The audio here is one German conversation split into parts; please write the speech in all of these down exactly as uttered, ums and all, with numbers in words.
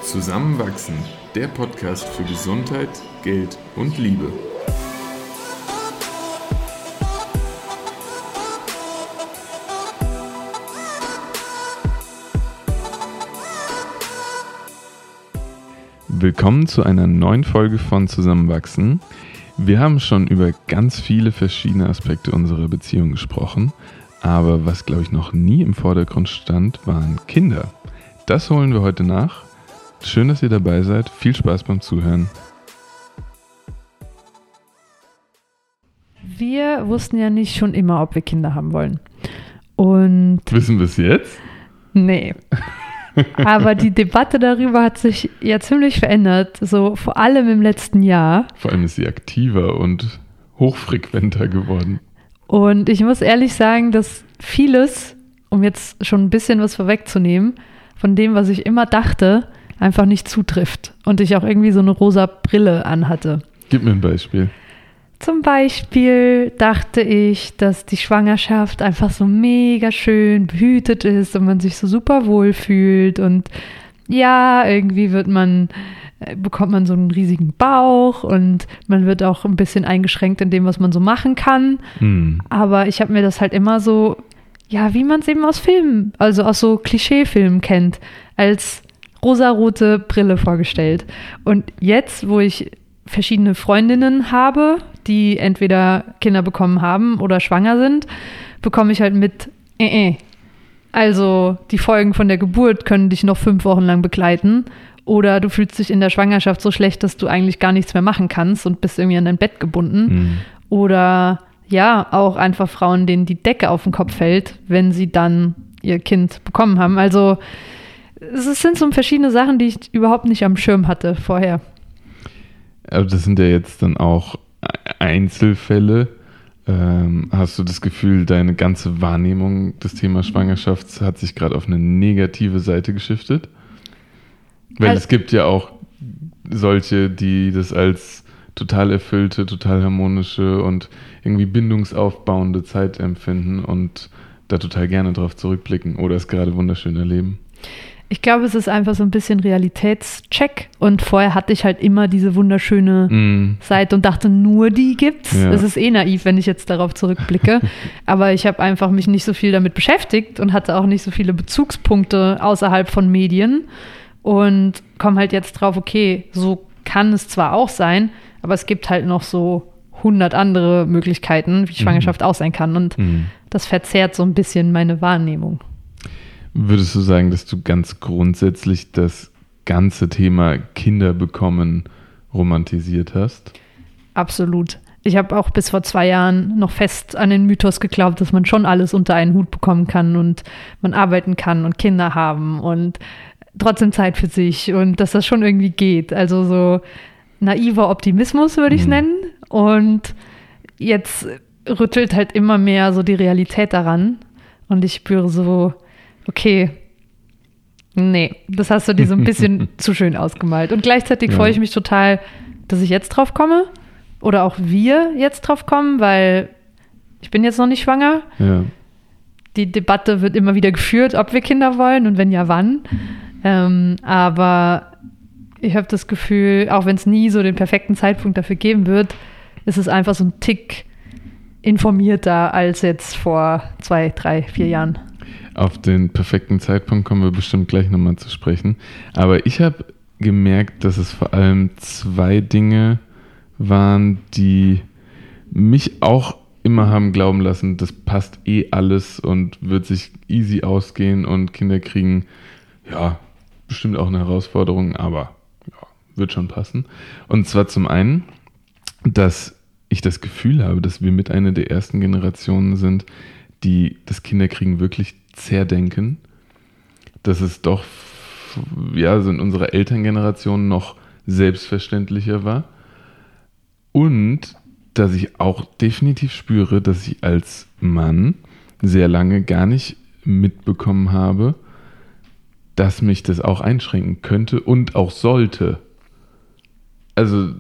Zusammenwachsen, der Podcast für Gesundheit, Geld und Liebe. Willkommen zu einer neuen Folge von Zusammenwachsen. Wir haben schon über ganz viele verschiedene Aspekte unserer Beziehung gesprochen, aber was, glaube ich, noch nie im Vordergrund stand, waren Kinder. Das holen wir heute nach. Schön, dass ihr dabei seid. Viel Spaß beim Zuhören. Wir wussten ja nicht schon immer, ob wir Kinder haben wollen. Und Wissen wir es jetzt? Nee. Aber die Debatte darüber hat sich ja ziemlich verändert, so vor allem im letzten Jahr. Vor allem ist sie aktiver und hochfrequenter geworden. Und ich muss ehrlich sagen, dass vieles, um jetzt schon ein bisschen was vorwegzunehmen, von dem, was ich immer dachte, einfach nicht zutrifft. Und ich auch irgendwie so eine rosa Brille anhatte. Gib mir ein Beispiel. Zum Beispiel dachte ich, dass die Schwangerschaft einfach so mega schön behütet ist und man sich so super wohl fühlt und ja, irgendwie wird man, bekommt man so einen riesigen Bauch und man wird auch ein bisschen eingeschränkt in dem, was man so machen kann. Hm. Aber ich habe mir das halt immer so, ja, wie man es eben aus Filmen, also aus so Klischeefilmen kennt, als rosarote Brille vorgestellt. Und jetzt, wo ich verschiedene Freundinnen habe, die entweder Kinder bekommen haben oder schwanger sind, bekomme ich halt mit, äh, äh. Also die Folgen von der Geburt können dich noch fünf Wochen lang begleiten oder du fühlst dich in der Schwangerschaft so schlecht, dass du eigentlich gar nichts mehr machen kannst und bist irgendwie an dein Bett gebunden. Mhm. Oder ja, auch einfach Frauen, denen die Decke auf den Kopf fällt, wenn sie dann ihr Kind bekommen haben. Also es sind so verschiedene Sachen, die ich überhaupt nicht am Schirm hatte vorher. Aber das sind ja jetzt dann auch Einzelfälle. Ähm, hast du das Gefühl, deine ganze Wahrnehmung des Themas Schwangerschaft hat sich gerade auf eine negative Seite geschiftet? Weil also, es gibt ja auch solche, die das als total erfüllte, total harmonische und irgendwie bindungsaufbauende Zeit empfinden und da total gerne drauf zurückblicken oder es gerade wunderschön erleben. Ich glaube, es ist einfach so ein bisschen Realitätscheck und vorher hatte ich halt immer diese wunderschöne mm. Seite und dachte, nur die gibt's. Ja. Es ist eh naiv, wenn ich jetzt darauf zurückblicke, aber ich habe einfach mich nicht so viel damit beschäftigt und hatte auch nicht so viele Bezugspunkte außerhalb von Medien und komme halt jetzt drauf, okay, so kann es zwar auch sein, aber es gibt halt noch so hundert andere Möglichkeiten, wie Schwangerschaft mm. auch sein kann und mm. das verzerrt so ein bisschen meine Wahrnehmung. Würdest du sagen, dass du ganz grundsätzlich das ganze Thema Kinder bekommen romantisiert hast? Absolut. Ich habe auch bis vor zwei Jahren noch fest an den Mythos geglaubt, dass man schon alles unter einen Hut bekommen kann und man arbeiten kann und Kinder haben und trotzdem Zeit für sich und dass das schon irgendwie geht. Also so naiver Optimismus würde ich es mhm. nennen. Und jetzt rüttelt halt immer mehr so die Realität daran und ich spüre so, okay, nee, das hast du dir so ein bisschen zu schön ausgemalt. Und gleichzeitig ja. freue ich mich total, dass ich jetzt drauf komme oder auch wir jetzt drauf kommen, weil ich bin jetzt noch nicht schwanger. Ja. Die Debatte wird immer wieder geführt, ob wir Kinder wollen und wenn ja, wann. Ähm, aber ich habe das Gefühl, auch wenn es nie so den perfekten Zeitpunkt dafür geben wird, ist es einfach so ein Tick informierter als jetzt vor zwei, drei, vier Jahren. Auf den perfekten Zeitpunkt kommen wir bestimmt gleich nochmal zu sprechen. Aber ich habe gemerkt, dass es vor allem zwei Dinge waren, die mich auch immer haben glauben lassen, das passt eh alles und wird sich easy ausgehen und Kinder kriegen, ja, bestimmt auch eine Herausforderung, aber ja, wird schon passen. Und zwar zum einen, dass ich das Gefühl habe, dass wir mit einer der ersten Generationen sind, die das Kinderkriegen wirklich zerdenken, dass es doch ja, so in unserer Elterngeneration noch selbstverständlicher war und dass ich auch definitiv spüre, dass ich als Mann sehr lange gar nicht mitbekommen habe, dass mich das auch einschränken könnte und auch sollte. Also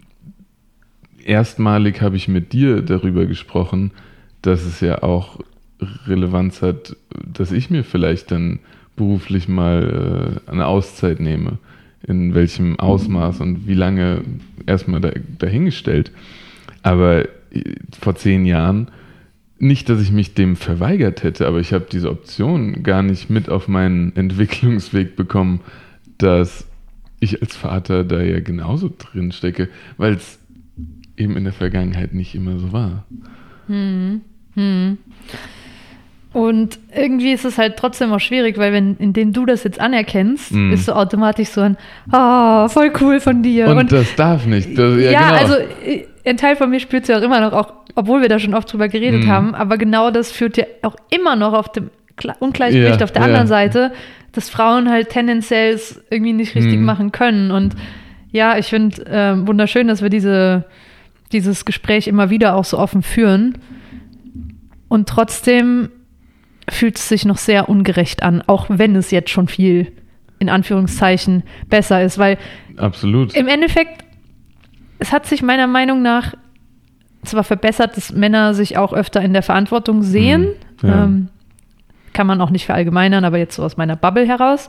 erstmalig habe ich mit dir darüber gesprochen, dass es ja auch Relevanz hat, dass ich mir vielleicht dann beruflich mal äh, eine Auszeit nehme. in welchem Ausmaß und wie lange erstmal da, dahingestellt. Aber vor zehn Jahren, nicht, dass ich mich dem verweigert hätte, aber ich habe diese Option gar nicht mit auf meinen Entwicklungsweg bekommen, dass ich als Vater da ja genauso drin stecke, weil es eben in der Vergangenheit nicht immer so war. Hm. Hm. Und irgendwie ist es halt trotzdem auch schwierig, weil wenn, indem du das jetzt anerkennst, mm. ist so automatisch so ein, oh, voll cool von dir. Und, und das darf nicht. Das, ja, ja genau. Also ein Teil von mir spürt es ja auch immer noch, auch obwohl wir da schon oft drüber geredet mm. haben, aber genau das führt ja auch immer noch auf dem Ungleichgewicht ja, auf der anderen ja. Seite, dass Frauen halt tendenziell es irgendwie nicht richtig mm. machen können. Und ja, ich finde äh, wunderschön, dass wir diese, dieses Gespräch immer wieder auch so offen führen. Und trotzdem fühlt es sich noch sehr ungerecht an, auch wenn es jetzt schon viel, in Anführungszeichen, besser ist, weil absolut. Im Endeffekt, es hat sich meiner Meinung nach zwar verbessert, dass Männer sich auch öfter in der Verantwortung sehen, mhm, ja. ähm, kann man auch nicht verallgemeinern, aber jetzt so aus meiner Bubble heraus,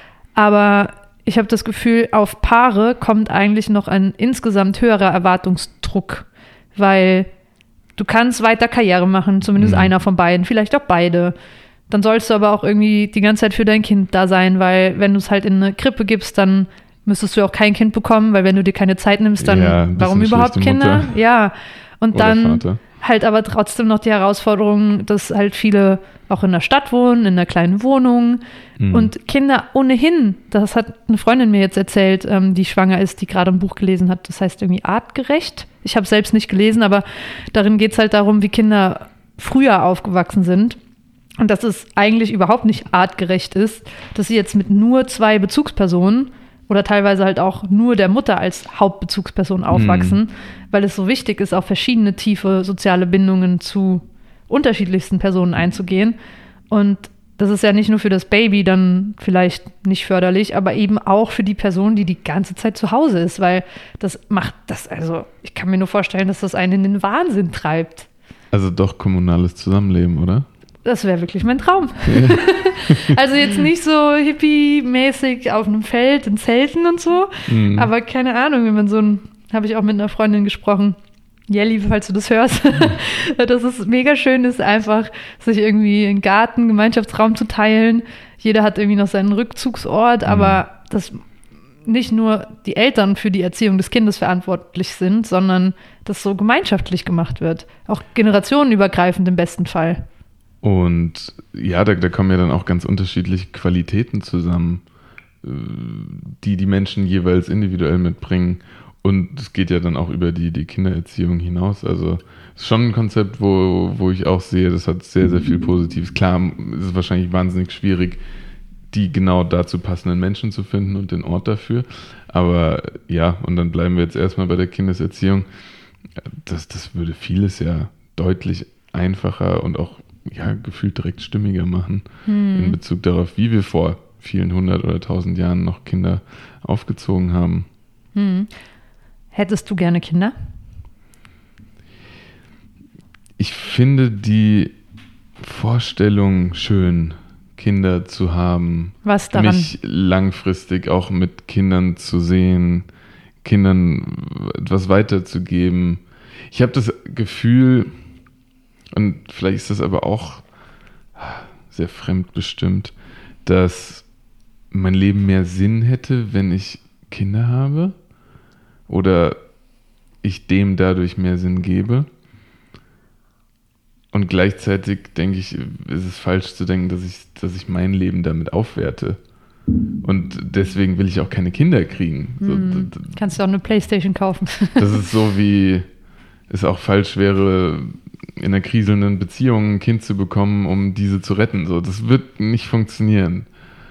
aber ich habe das Gefühl, auf Paare kommt eigentlich noch ein insgesamt höherer Erwartungsdruck, weil du kannst weiter Karriere machen, zumindest mhm. einer von beiden, vielleicht auch beide. Dann sollst du aber auch irgendwie die ganze Zeit für dein Kind da sein, weil wenn du es halt in eine Krippe gibst, dann müsstest du auch kein Kind bekommen, weil wenn du dir keine Zeit nimmst, dann ja, warum überhaupt Kinder? Mutter. Ja, und Oder dann Vater. Halt aber trotzdem noch die Herausforderung, dass halt viele auch in der Stadt wohnen, in einer kleinen Wohnung mhm. und Kinder ohnehin, das hat eine Freundin mir jetzt erzählt, ähm, die schwanger ist, die gerade ein Buch gelesen hat, das heißt irgendwie artgerecht. Ich habe es selbst nicht gelesen, aber darin geht es halt darum, wie Kinder früher aufgewachsen sind und dass es eigentlich überhaupt nicht artgerecht ist, dass sie jetzt mit nur zwei Bezugspersonen oder teilweise halt auch nur der Mutter als Hauptbezugsperson aufwachsen, mhm. weil es so wichtig ist, auf verschiedene tiefe soziale Bindungen zu unterschiedlichsten Personen einzugehen. Und das ist ja nicht nur für das Baby dann vielleicht nicht förderlich, aber eben auch für die Person, die die ganze Zeit zu Hause ist, weil das macht das, also ich kann mir nur vorstellen, dass das einen in den Wahnsinn treibt. Also doch kommunales Zusammenleben, oder? Das wäre wirklich mein Traum. Ja. Also jetzt nicht so hippie-mäßig auf einem Feld in Zelten und so, mhm. aber keine Ahnung, wenn man so ein, habe ich auch mit einer Freundin gesprochen, Jelly, falls du das hörst, mhm. dass es mega schön ist, einfach sich irgendwie einen Garten, Gemeinschaftsraum zu teilen. Jeder hat irgendwie noch seinen Rückzugsort, mhm. aber dass nicht nur die Eltern für die Erziehung des Kindes verantwortlich sind, sondern dass so gemeinschaftlich gemacht wird. Auch generationenübergreifend im besten Fall. Und ja, da, da kommen ja dann auch ganz unterschiedliche Qualitäten zusammen, die die Menschen jeweils individuell mitbringen. Und es geht ja dann auch über die, die Kindererziehung hinaus. Also es ist schon ein Konzept, wo, wo ich auch sehe, das hat sehr, sehr viel Positives. Klar, es ist wahrscheinlich wahnsinnig schwierig, die genau dazu passenden Menschen zu finden und den Ort dafür. Aber ja, und dann bleiben wir jetzt erstmal bei der Kindeserziehung. Das, das würde vieles ja deutlich einfacher und auch ja, gefühlt direkt stimmiger machen hm. in Bezug darauf, wie wir vor vielen hundert oder tausend Jahren noch Kinder aufgezogen haben. Hm. Hättest du gerne Kinder? Ich finde die Vorstellung schön, Kinder zu haben. Was daran? Mich langfristig auch mit Kindern zu sehen, Kindern etwas weiterzugeben. Ich habe das Gefühl, und vielleicht ist das aber auch sehr fremdbestimmt, dass mein Leben mehr Sinn hätte, wenn ich Kinder habe oder ich dem dadurch mehr Sinn gebe. Und gleichzeitig denke ich, ist es falsch zu denken, dass ich, dass ich mein Leben damit aufwerte. Und deswegen will ich auch keine Kinder kriegen. Hm. So, kannst du auch eine Playstation kaufen. Das ist so, wie es auch falsch wäre, in einer kriselnden Beziehung ein Kind zu bekommen, um diese zu retten. So, das wird nicht funktionieren.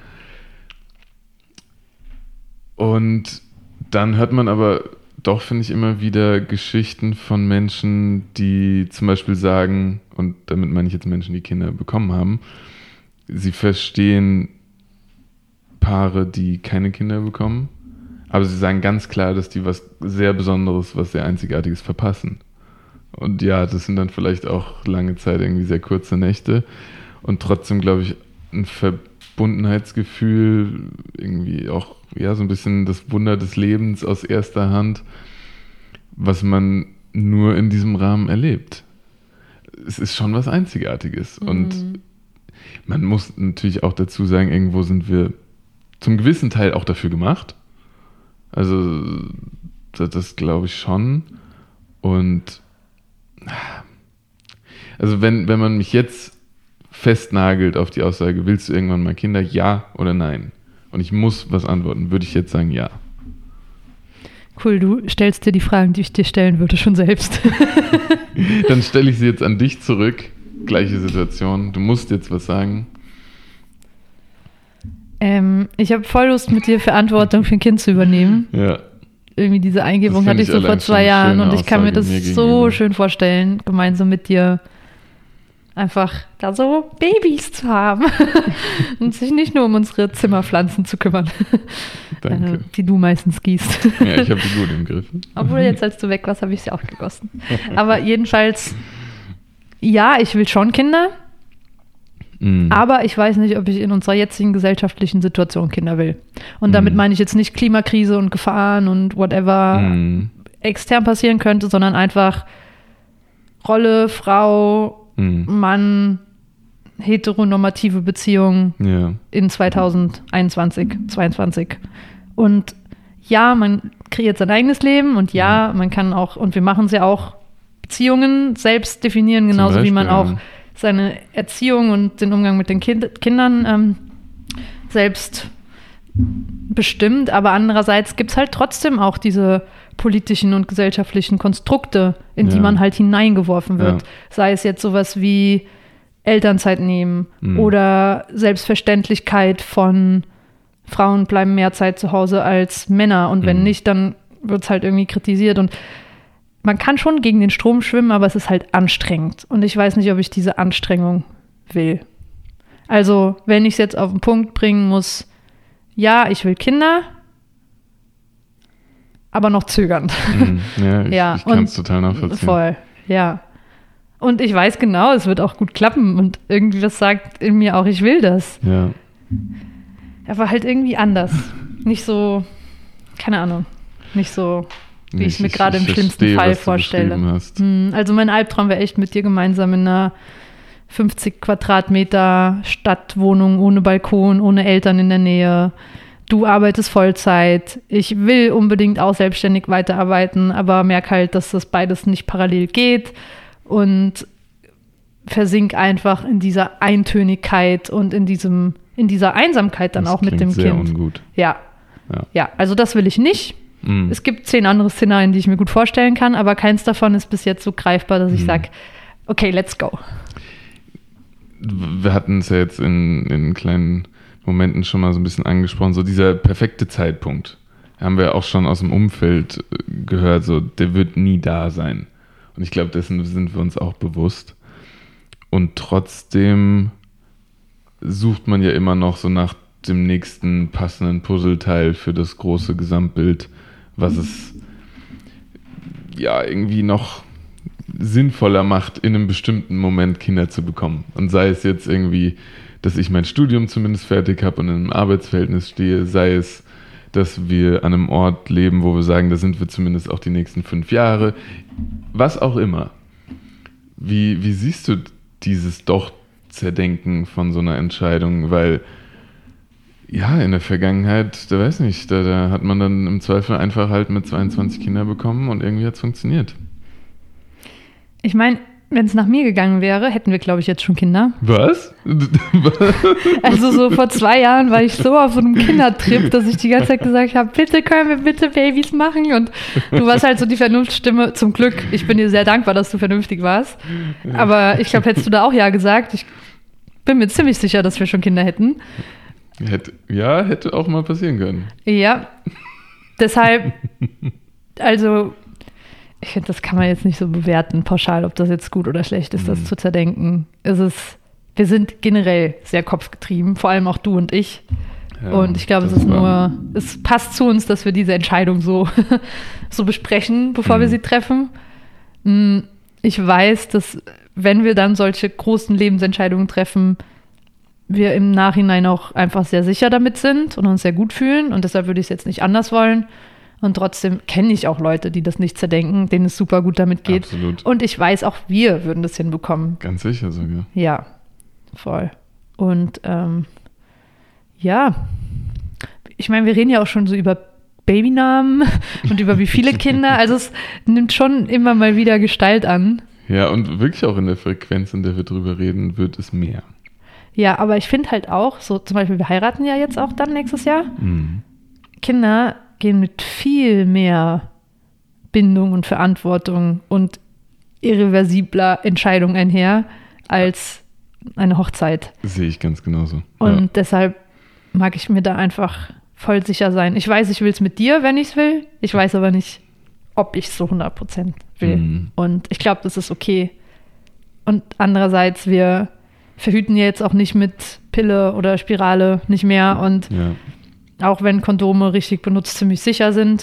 Und dann hört man aber doch, finde ich, immer wieder Geschichten von Menschen, die zum Beispiel sagen, und damit meine ich jetzt Menschen, die Kinder bekommen haben, sie verstehen Paare, die keine Kinder bekommen, aber sie sagen ganz klar, dass die was sehr Besonderes, was sehr Einzigartiges verpassen. Und ja, das sind dann vielleicht auch lange Zeit irgendwie sehr kurze Nächte und trotzdem, glaube ich, ein Verbot Verbundenheitsgefühl, irgendwie auch ja so ein bisschen das Wunder des Lebens aus erster Hand, was man nur in diesem Rahmen erlebt. Es ist schon was Einzigartiges. Mhm. Und man muss natürlich auch dazu sagen, irgendwo sind wir zum gewissen Teil auch dafür gemacht. Also das, das glaube ich schon. Und also wenn, wenn man mich jetzt festnagelt auf die Aussage, willst du irgendwann mal Kinder, ja oder nein? Und ich muss was antworten, würde ich jetzt sagen, ja. Cool, du stellst dir die Fragen, die ich dir stellen würde, schon selbst. Dann stelle ich sie jetzt an dich zurück. Gleiche Situation. Du musst jetzt was sagen. Ähm, ich habe voll Lust, mit dir Verantwortung für ein Kind zu übernehmen. Ja. Irgendwie diese Eingebung hatte ich so vor zwei Jahren und ich kann mir das so schön vorstellen, gemeinsam mit dir einfach da so Babys zu haben und sich nicht nur um unsere Zimmerpflanzen zu kümmern, Danke. Äh, die du meistens gießt. Ja, ich habe die gut im Griff. Obwohl jetzt, als du weg warst, habe ich sie auch gegossen. Aber jedenfalls, ja, ich will schon Kinder, mm. aber ich weiß nicht, ob ich in unserer jetzigen gesellschaftlichen Situation Kinder will. Und damit mm. meine ich jetzt nicht Klimakrise und Gefahren und whatever mm. extern passieren könnte, sondern einfach Rolle, Frau, Mann, heteronormative Beziehung ja. in zwanzig einundzwanzig, zweiundzwanzig. Und ja, man kreiert sein eigenes Leben und ja, man kann auch, und wir machen es ja auch, Beziehungen selbst definieren, genauso Beispiel, wie man auch seine Erziehung und den Umgang mit den kind- Kindern ähm, selbst bestimmt. Aber andererseits gibt es halt trotzdem auch diese politischen und gesellschaftlichen Konstrukte, in ja. die man halt hineingeworfen wird. Ja. Sei es jetzt sowas wie Elternzeit nehmen mhm. oder Selbstverständlichkeit von Frauen bleiben mehr Zeit zu Hause als Männer und wenn mhm. nicht, dann wird es halt irgendwie kritisiert und man kann schon gegen den Strom schwimmen, aber es ist halt anstrengend und ich weiß nicht, ob ich diese Anstrengung will. Also, wenn ich es jetzt auf den Punkt bringen muss, ja, ich will Kinder, aber noch zögernd. Mhm. Ja, ich, ja, ich kann es total nachvollziehen. Voll, ja. Und ich weiß genau, es wird auch gut klappen und irgendwie das sagt in mir auch, ich will das. Ja. Aber halt irgendwie anders. Nicht so, keine Ahnung, nicht so, wie nee, ich es mir gerade im schlimmsten verstehe, Fall vorstelle. Hm, also mein Albtraum wäre echt mit dir gemeinsam in einer fünfzig Quadratmeter Stadtwohnung ohne Balkon, ohne Eltern in der Nähe. Du arbeitest Vollzeit, ich will unbedingt auch selbstständig weiterarbeiten, aber merke halt, dass das beides nicht parallel geht und versink einfach in dieser Eintönigkeit und in diesem, in dieser Einsamkeit dann das auch mit dem sehr Kind. Ungut. Ja. ja, ja, also das will ich nicht. Mm. Es gibt zehn andere Szenarien, die ich mir gut vorstellen kann, aber keins davon ist bis jetzt so greifbar, dass mm. ich sage, okay, let's go. Wir hatten es ja jetzt in, in kleinen Momenten schon mal so ein bisschen angesprochen, so dieser perfekte Zeitpunkt, haben wir auch schon aus dem Umfeld gehört, so der wird nie da sein. Und ich glaube, dessen sind wir uns auch bewusst. Und trotzdem sucht man ja immer noch so nach dem nächsten passenden Puzzleteil für das große Gesamtbild, was es ja irgendwie noch sinnvoller macht, in einem bestimmten Moment Kinder zu bekommen. Und sei es jetzt irgendwie, dass ich mein Studium zumindest fertig habe und in einem Arbeitsverhältnis stehe, sei es, dass wir an einem Ort leben, wo wir sagen, da sind wir zumindest auch die nächsten fünf Jahre, was auch immer. Wie, wie siehst du dieses doch Zerdenken von so einer Entscheidung? Weil ja, in der Vergangenheit, da weiß nicht, da, da hat man dann im Zweifel einfach halt mit zweiundzwanzig Kinder bekommen und irgendwie hat es funktioniert. Ich meine, wenn es nach mir gegangen wäre, hätten wir, glaube ich, jetzt schon Kinder. Was? Also so vor zwei Jahren war ich so auf so einem Kindertrip, dass ich die ganze Zeit gesagt habe, bitte können wir bitte Babys machen. Und du warst halt so die Vernunftstimme. Zum Glück, ich bin dir sehr dankbar, dass du vernünftig warst. Aber ich glaube, hättest du da auch ja gesagt. Ich bin mir ziemlich sicher, dass wir schon Kinder hätten. Hätte, ja, hätte auch mal passieren können. Ja, deshalb, also ich finde, das kann man jetzt nicht so bewerten, pauschal, ob das jetzt gut oder schlecht ist, mhm. das zu zerdenken. Es ist, wir sind generell sehr kopfgetrieben, vor allem auch du und ich. Ja, und ich glaube, es ist nur, es passt zu uns, dass wir diese Entscheidung so, so besprechen, bevor mhm. wir sie treffen. Ich weiß, dass wenn wir dann solche großen Lebensentscheidungen treffen, wir im Nachhinein auch einfach sehr sicher damit sind und uns sehr gut fühlen und deshalb würde ich es jetzt nicht anders wollen. Und trotzdem kenne ich auch Leute, die das nicht zerdenken, denen es super gut damit geht. Absolut. Und ich weiß, auch wir würden das hinbekommen. Ganz sicher sogar. Ja, voll. Und ähm, ja, ich meine, wir reden ja auch schon so über Babynamen und über wie viele Kinder. Also es nimmt schon immer mal wieder Gestalt an. Ja, und wirklich auch in der Frequenz, in der wir drüber reden, wird es mehr. Ja, aber ich finde halt auch, so zum Beispiel, wir heiraten ja jetzt auch dann nächstes Jahr. Mhm. Kinder gehen mit viel mehr Bindung und Verantwortung und irreversibler Entscheidung einher als eine Hochzeit. Sehe ich ganz genauso. Und ja. deshalb mag ich mir da einfach voll sicher sein. Ich weiß, ich will es mit dir, wenn ich es will. Ich weiß aber nicht, ob ich es so hundert Prozent will. Mhm. Und ich glaube, das ist okay. Und andererseits, wir verhüten ja jetzt auch nicht mit Pille oder Spirale nicht mehr. Und ja. auch wenn Kondome richtig benutzt ziemlich sicher sind,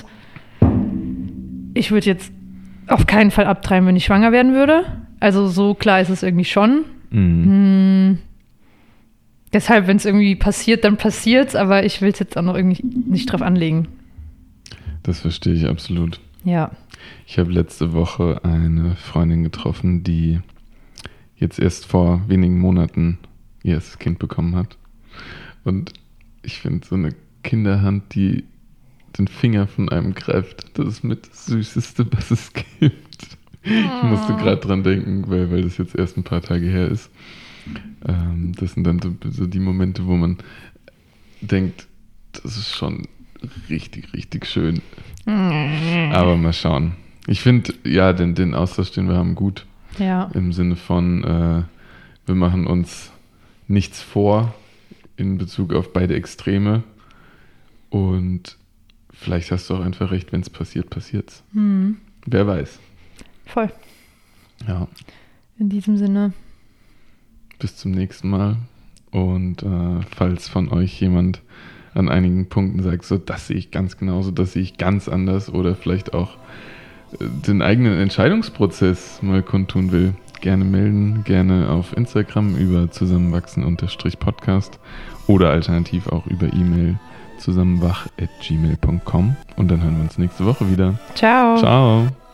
ich würde jetzt auf keinen Fall abtreiben, wenn ich schwanger werden würde. Also so klar ist es irgendwie schon. Mhm. Hm. Deshalb, wenn es irgendwie passiert, dann passiert es, aber ich will es jetzt auch noch irgendwie nicht drauf anlegen. Das verstehe ich absolut. Ja. Ich habe letzte Woche eine Freundin getroffen, die jetzt erst vor wenigen Monaten ihr erstes Kind bekommen hat. Und ich finde, so eine Kinderhand, die den Finger von einem greift, das ist mit das Süßeste, was es gibt. Ich musste gerade dran denken, weil, weil das jetzt erst ein paar Tage her ist. Ähm, das sind dann so, so die Momente, wo man denkt, das ist schon richtig, richtig schön. Aber mal schauen. Ich finde, ja, den, den Austausch, den wir haben, gut. Ja. Im Sinne von, äh, wir machen uns nichts vor in Bezug auf beide Extreme. Und vielleicht hast du auch einfach recht, wenn es passiert, passiert's. Hm. Wer weiß. Voll. Ja. In diesem Sinne. Bis zum nächsten Mal. Und äh, falls von euch jemand an einigen Punkten sagt, so, das sehe ich ganz genauso, das sehe ich ganz anders oder vielleicht auch äh, den eigenen Entscheidungsprozess mal kundtun will, gerne melden, gerne auf Instagram über zusammenwachsen-podcast oder alternativ auch über E-Mail zusammenwach at gmail punkt com und dann hören wir uns nächste Woche wieder. Ciao. Ciao.